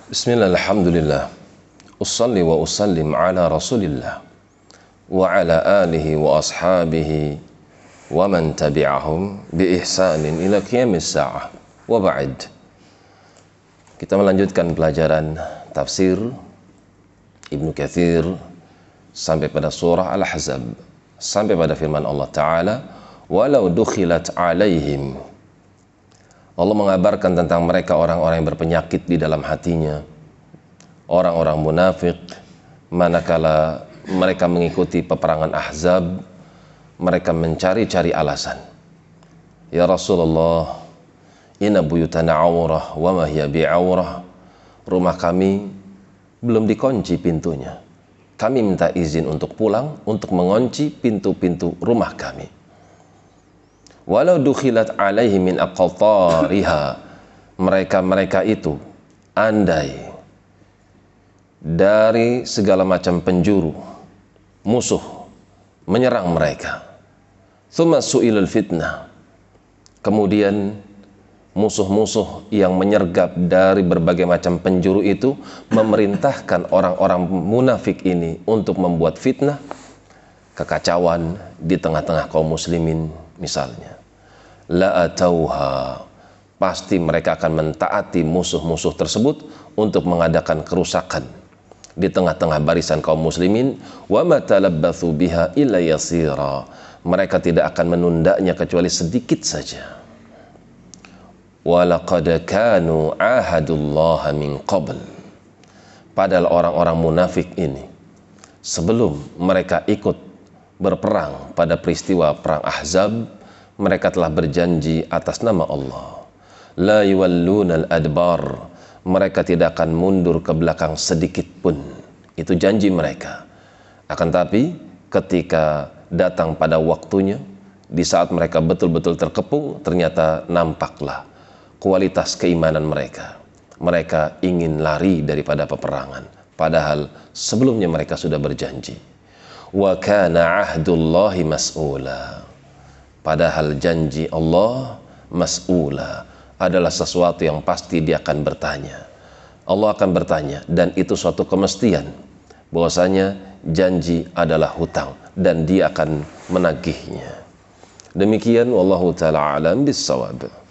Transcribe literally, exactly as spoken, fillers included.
Bismillah, alhamdulillah. Ussalli wa usallim ala rasulillah wa ala alihi wa ashabihi wa man tabi'ahum bi ihsanin ila qiyamis sa'ah. Wa ba'd. Kita melanjutkan pelajaran tafsir Ibnu Katsir sampai pada surah Al-Ahzab, sampai pada firman Allah Ta'ala, walau dukhilat alaihim. Allah mengabarkan tentang mereka orang-orang yang berpenyakit di dalam hatinya, orang-orang munafik, manakala mereka mengikuti peperangan Ahzab, mereka mencari-cari alasan. Ya Rasulullah, inna buyutana aurah wa ma hiya bi'aurah. Rumah kami belum dikunci pintunya. Kami minta izin untuk pulang, untuk mengunci pintu-pintu rumah kami. Walau dukhilat alaihi min aqtariha, mereka-mereka itu andai dari segala macam penjuru musuh menyerang mereka. Tsumma su'ilul fitnah, kemudian musuh-musuh yang menyergap dari berbagai macam penjuru itu memerintahkan orang-orang munafik ini untuk membuat fitnah, kekacauan di tengah-tengah kaum muslimin misalnya. La atauha, pasti mereka akan mentaati musuh-musuh tersebut untuk mengadakan kerusakan di tengah-tengah barisan kaum muslimin. Wa ma talabbathu biha illa yasira, mereka tidak akan menundanya kecuali sedikit saja. Wa laqad kanu ahadullaha min qabl, padahal orang-orang munafik ini sebelum mereka ikut berperang pada peristiwa perang Ahzab, mereka telah berjanji atas nama Allah. La yuwallunal adbar, mereka tidak akan mundur ke belakang sedikit pun. Itu janji mereka. Akan tapi ketika datang pada waktunya, di saat mereka betul-betul terkepung, ternyata nampaklah kualitas keimanan mereka. Mereka ingin lari daripada peperangan, padahal sebelumnya mereka sudah berjanji. Wa kana ahdullahi mas'ula, padahal janji Allah mas'ula, adalah sesuatu yang pasti dia akan bertanya. Allah akan bertanya, dan itu suatu kemestian bahwasanya janji adalah hutang dan dia akan menagihnya. Demikian wallahu ta'ala alam bis-shawab.